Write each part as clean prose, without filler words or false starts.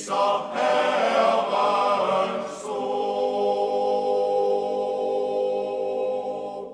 priser Herrens ord.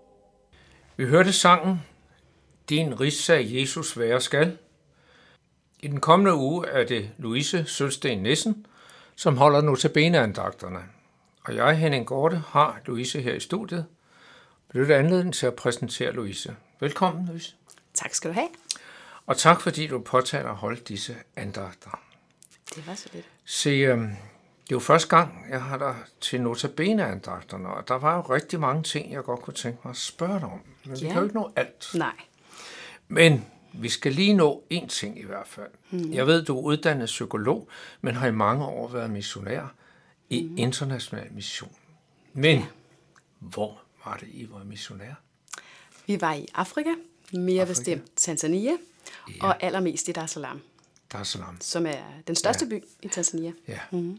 Vi hørte sangen Din rigsag Jesus være skal. I den kommende uge er det Louise Sølsten Nissen, som holder notabeneandagterne. Og jeg, Henning Gorte, har Louise her i studiet. Benytter anledningen til at præsentere Louise. Velkommen, Louise. Tak skal du have. Og tak, fordi du påtager at holde disse andagter. Det var så lidt. Se, det er jo første gang, jeg har dig til notabeneandagterne, og der var jo rigtig mange ting, jeg godt kunne tænke mig at spørge dig om. Men vi kan jo ikke nå alt. Nej. Men vi skal lige nå én ting i hvert fald. Jeg ved, du er uddannet psykolog, men har i mange år været missionær i international mission. Men hvor var det, I var missionær? Vi var i Afrika, mere bestemt Tanzania, og allermest i Dar es Salaam. Dar es Salaam. Som er den største by i Tanzania. Ja.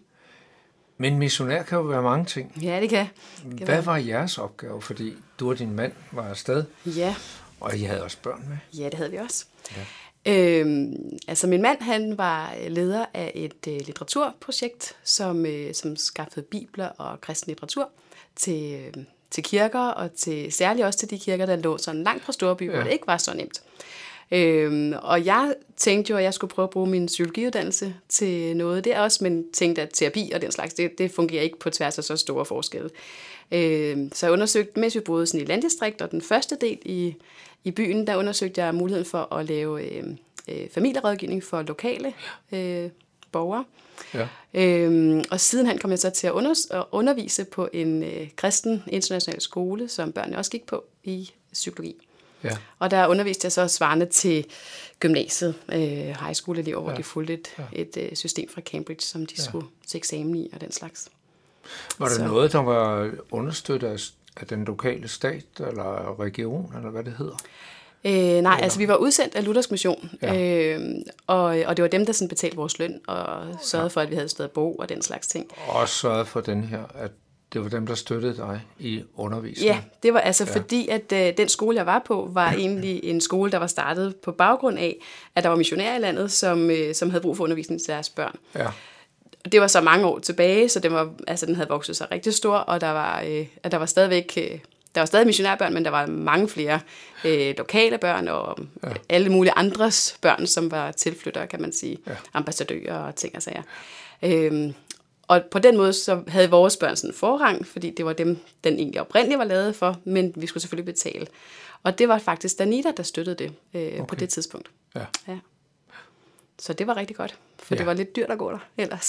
Men missionær kan jo være mange ting. Ja, det kan. Hvad var jeres opgave? Fordi du og din mand var afsted, Ja. og I havde også børn med. Ja, det havde vi også. Ja. Altså min mand, han var leder af et litteraturprojekt, som skaffede bibler og kristen litteratur til kirker, og særligt også til de kirker, der lå sådan langt fra storby, hvor det ikke var så nemt. Og jeg tænkte jo, at jeg skulle prøve at bruge min psykologiuddannelse til noget der også, men tænkte, at terapi og den slags, det fungerer ikke på tværs af så store forskelle. Så jeg undersøgte, mens vi boede sådan i landdistrikt, og den første del i byen, der undersøgte jeg muligheden for at lave familierådgivning for lokale borgere. Ja. Og sidenhen kom jeg så til at undervise på en kristen international skole, som børnene også gik på i psykologi. Ja. Og der underviste jeg så svarende til gymnasiet, high school-elever, hvor de fulgte et system fra Cambridge, som de skulle til eksamen i og den slags. Var det noget, der var understøttet af den lokale stat eller region, eller hvad det hedder? Nej, altså vi var udsendt af Luthersk Mission, og det var dem, der sådan betalte vores løn og sørgede for, at vi havde et sted at bo og den slags ting. Og sørgede for den her, at det var dem, der støttede dig i undervisningen? Ja, det var altså fordi, at den skole, jeg var på, var egentlig en skole, der var startet på baggrund af, at der var missionærer i landet, som havde brug for undervisning til deres børn. Ja. Det var så mange år tilbage, så den havde vokset sig rigtig stor, og der var stadig missionærbørn, men der var mange flere lokale børn og alle mulige andres børn, som var tilflyttere, kan man sige, ambassadører og ting og sager. Og på den måde så havde vores børn sådan forrang, fordi det var dem, den egentlig oprindeligt var lavet for, men vi skulle selvfølgelig betale. Og det var faktisk Danita, der støttede det på det tidspunkt. Ja. Så det var rigtig godt, for det var lidt dyrt at gå der ellers.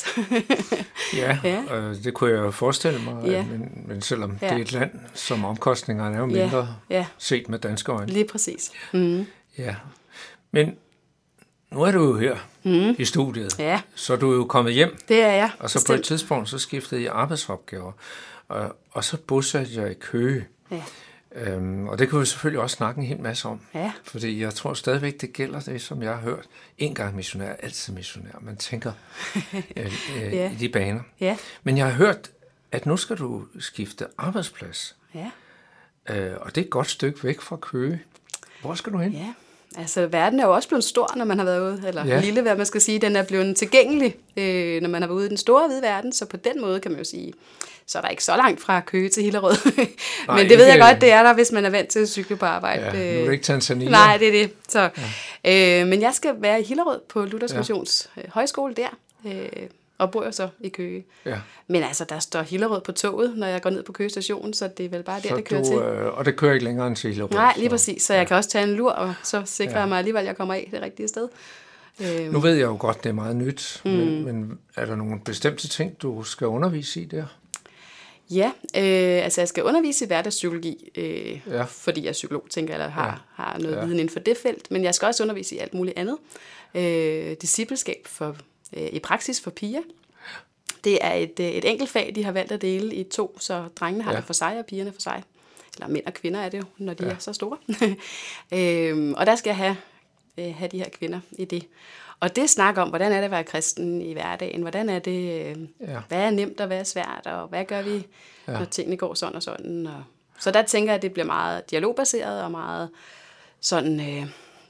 Det kunne jeg jo forestille mig, men selvom det er et land, som omkostningerne er jo mindre set med danske øjne. Lige præcis. Mm. Ja, men nu er du jo her i studiet, så du er jo kommet hjem. Det er jeg. Og så på et tidspunkt, så skiftede jeg arbejdsopgaver, og så bosatte jeg i Køge. Ja. Og det kan vi selvfølgelig også snakke en hel masse om, fordi jeg tror stadigvæk, det gælder det, som jeg har hørt. En gang missionær, altid missionær. Man tænker i de baner. Ja. Men jeg har hørt, at nu skal du skifte arbejdsplads. Ja. Og det er et godt stykke væk fra Køge. Hvor skal du hen? Ja. Altså, verden er jo også blevet stor, når man har været ude, eller lille, hvad man skal sige. Den er blevet tilgængelig, når man har været ude i den store hvide verden, så på den måde kan man jo sige, så er der ikke så langt fra Køge til Hillerød. Men det ved jeg godt, det er der, hvis man er vant til at cykle på arbejde. Ja, nu er det ikke Tanzania. Nej, det er det. Så, men jeg skal være i Hillerød på Luthersk Missions højskole der, og bor jo så i Køge. Ja. Men altså, der står Hillerød på toget, når jeg går ned på Køge station, så det er vel bare der, det kører til. Og det kører ikke længere end til Hillerød? Nej, lige præcis. Så jeg kan også tage en lur, og så sikrer jeg mig alligevel, at jeg kommer af det rigtige sted. Nu ved jeg jo godt, det er meget nyt, men er der nogle bestemte ting, du skal undervise i der? Ja, altså jeg skal undervise i hverdagspsykologi, fordi jeg er psykolog, tænker jeg, eller har noget viden inden for det felt, men jeg skal også undervise i alt muligt andet. Discipleskab i praksis for piger. Det er et enkelt fag, de har valgt at dele i 2, så drengene har det for sig, og pigerne for sig. Eller mænd og kvinder er det jo, når de er så store. Og der skal jeg have de her kvinder i det. Og det snakker om, hvordan er det at være kristen i hverdagen, hvordan er det, hvad er nemt og hvad er svært, og hvad gør vi, når tingene går sådan og sådan. Så der tænker jeg, at det bliver meget dialogbaseret og meget sådan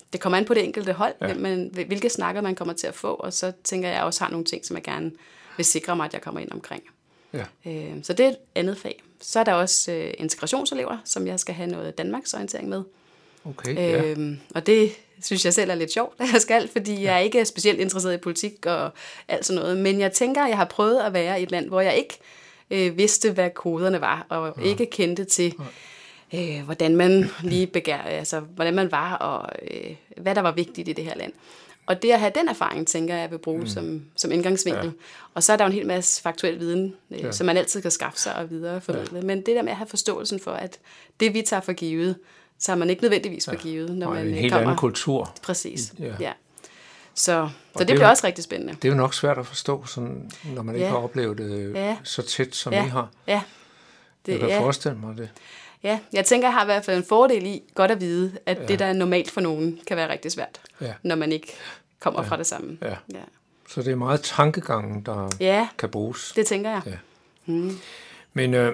det kommer an på det enkelte hold, hvilke snakker man kommer til at få, og så tænker jeg også har nogle ting, som jeg gerne vil sikre mig, at jeg kommer ind omkring. Ja. Så det er et andet fag. Så er der også integrationselever, som jeg skal have noget Danmarks orientering med. Okay, og det synes jeg selv er lidt sjovt, at jeg skal, fordi jeg ikke er specielt interesseret i politik og alt sådan noget. Men jeg tænker, jeg har prøvet at være i et land, hvor jeg ikke vidste, hvad koderne var, og ikke kendte til, hvordan man hvordan man var, og hvad der var vigtigt i det her land. Og det at have den erfaring, tænker jeg vil bruge som indgangsvinkel. Ja. Og så er der jo en hel masse faktuel viden, som man altid kan skaffe sig og videreformidle. Ja. Men det der med at have forståelsen for, at det vi tager for givet, tager man ikke nødvendigvis for givet, når man en helt anden kultur. Præcis, ja. Så det bliver også rigtig spændende. Det er jo nok svært at forstå, sådan, når man ikke har oplevet det så tæt, som I har. Ja. Jeg kan forestille mig det. Ja, jeg tænker, jeg har i hvert fald en fordel i godt at vide, at det, der er normalt for nogen, kan være rigtig svært, når man ikke kommer fra det samme. Ja. Ja. Så det er meget tankegangen, der kan bruges. Det tænker jeg. Ja. Men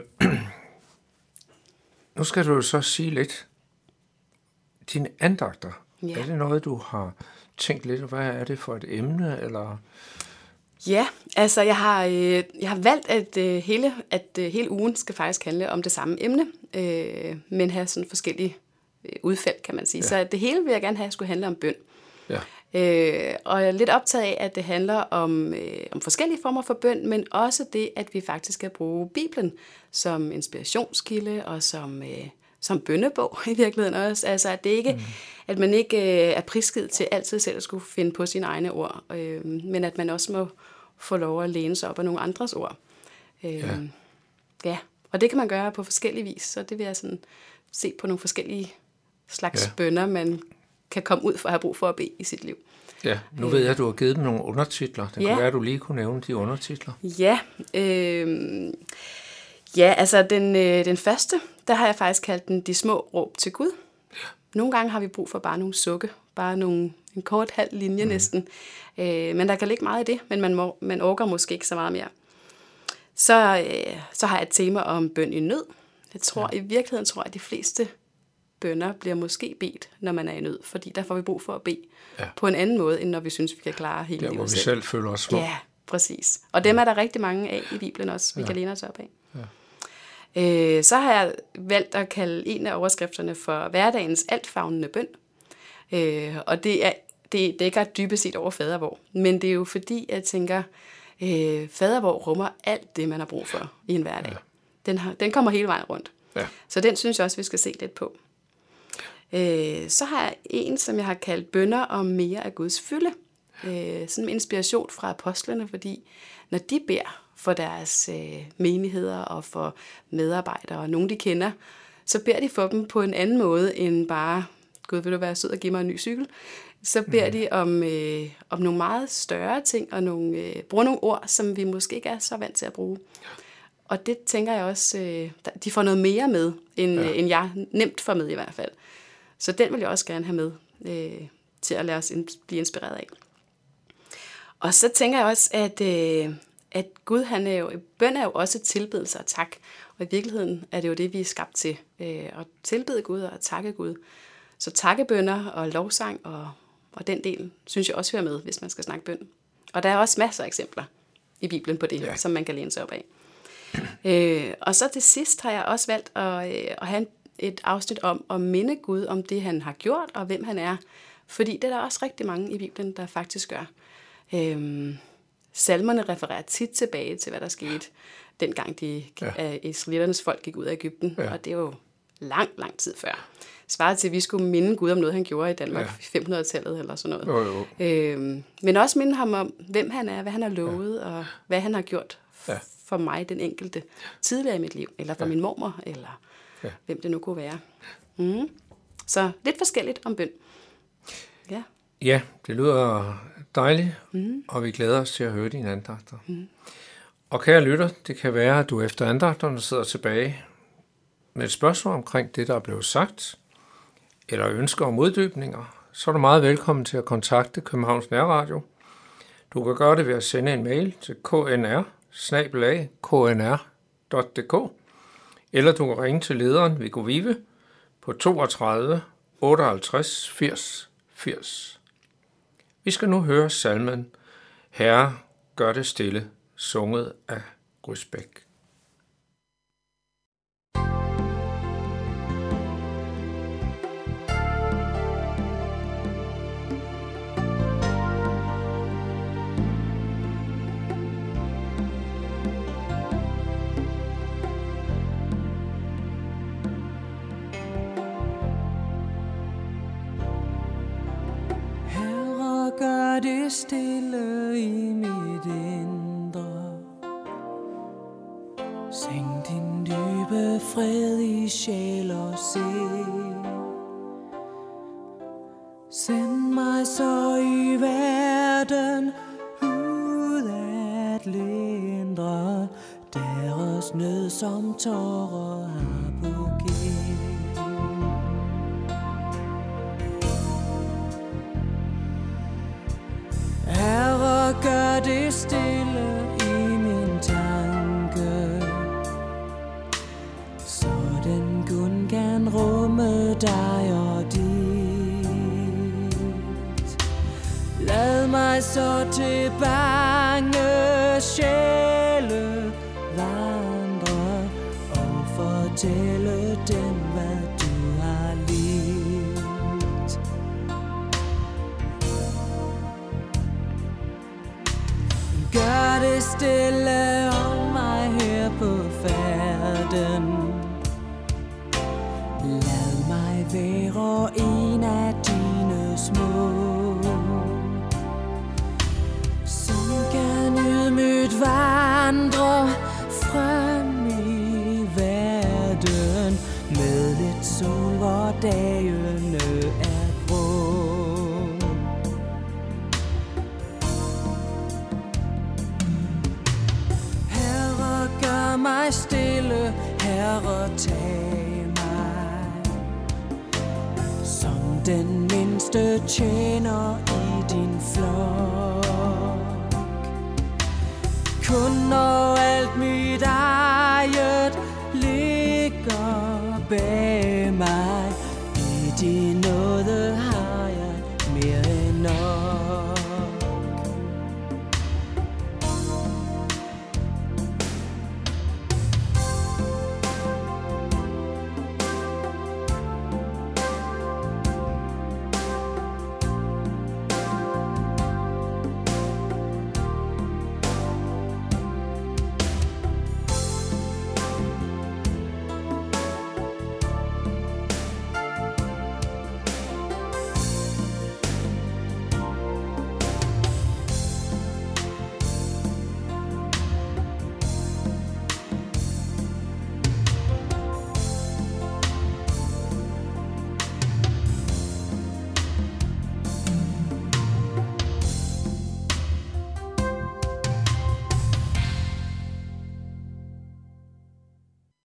nu skal du jo så sige lidt. Dine andagter, er det noget, du har tænkt lidt, hvad er det for et emne, eller... Ja, altså jeg har valgt, at hele ugen skal faktisk handle om det samme emne, men have sådan forskellige udfald, kan man sige. Ja. Så det hele vil jeg gerne have, skulle handle om bøn. Ja. Og jeg er lidt optaget af, at det handler om forskellige former for bøn, men også det, at vi faktisk skal bruge Bibelen som inspirationskilde og som bønnebog i virkeligheden også. Altså at det ikke, at man ikke er prisgivet til altid selv at skulle finde på sine egne ord, men at man også må få lov at læne sig op af nogle andres ord. Ja, og det kan man gøre på forskellige vis, så det vil jeg sådan se på nogle forskellige slags bønner, man kan komme ud for at have brug for at bede i sit liv. Ja, nu ved jeg, at du har givet dem nogle undertitler. Det kunne være, at du lige kunne nævne de undertitler. Ja, altså den første, der har jeg faktisk kaldt den De små råb til Gud. Ja. Nogle gange har vi brug for bare nogle sukke, bare en kort halv linje næsten. Men der kan ligge meget i det, men man orker måske ikke så meget mere. Så har jeg et tema om bøn i nød. I virkeligheden tror jeg, at de fleste bønner bliver måske bedt, når man er i nød, fordi der får vi brug for at bede på en anden måde, end når vi synes, vi kan klare hele livet selv. Der, hvor vi selv føler os små. Ja, præcis. Og dem er der rigtig mange af i Bibelen også, vi kan læne os op af. Ja. Så har jeg valgt at kalde en af overskrifterne for hverdagens altfavnende bøn. Og det dækker dybest set over fadervor. Men det er jo fordi, jeg tænker, fadervor rummer alt det, man har brug for i en hverdag. Ja. Den kommer hele vejen rundt. Ja. Så den synes jeg også, vi skal se lidt på. Så har jeg en, som jeg har kaldt bønner om mere af Guds fylde. Sådan en inspiration fra apostlene, fordi når de beder for deres menigheder og for medarbejdere og nogen, de kender, så beder de for dem på en anden måde end bare, Gud, vil du være sød og give mig en ny cykel? Så beder de om nogle meget større ting og bruger nogle ord, som vi måske ikke er så vant til at bruge. Og det tænker jeg også, de får noget mere med, end jeg nemt får med i hvert fald. Så den vil jeg også gerne have med til at lade os blive inspireret af. Og så tænker jeg også, at Gud, bøn er jo også tilbedelse og tak. Og i virkeligheden er det jo det, vi er skabt til. At tilbede Gud og takke Gud. Så takkebønner og lovsang og den del, synes jeg også hører med, hvis man skal snakke bøn. Og der er også masser af eksempler i Bibelen på det, som man kan læne sig op af. Og så til sidst har jeg også valgt at have et afsnit om at minde Gud om det, han har gjort, og hvem han er. Fordi det er der også rigtig mange i Bibelen, der faktisk gør. Salmerne refererer tit tilbage til, hvad der skete, dengang israeliternes folk gik ud af Egypten. Ja. Og det er jo lang tid før. Svaret til, at vi skulle minde Gud om noget, han gjorde i Danmark i 500-tallet eller sådan noget. Jo. Men også minde ham om, hvem han er, hvad han har lovet, og hvad han har gjort for mig, den enkelte, tidligere i mit liv, eller for min mormor, eller hvem det nu kunne være. Så lidt forskelligt om bøn. Ja, det lyder dejligt, og vi glæder os til at høre dine andagter. Og kære lytter, det kan være, at du efter andagterne sidder tilbage med et spørgsmål omkring det, der er blevet sagt, eller ønsker om uddybninger, så er du meget velkommen til at kontakte Københavns Nærradio. Du kan gøre det ved at sende en mail til knr@knr.dk, eller du kan ringe til lederen Viggo Vive på 32 58 80 80. Vi skal nu høre salmen Herre, gør det stille, sunget af Grysbæk. Gør det stille i mit indre. Sænk din dybe fred i sjæl og sind. Send mig så i verden ud at lindre deres nød som tårer har på kind. Herre, gør det stille i min tanke, så den kun kan rumme dig og dit. Lad mig så til bange sjæle vandre og fortælle dem, hvad du har lidt. Gør det stille om mig her på færden. Lad mig være en af dine små, som kan ydmygt vandre frem i verden med lidt sol, hvor dagene er grå. Gør mig stille, Herre, tag mig som den mindste tjener i din flok. Kun når alt mit eget ligger bag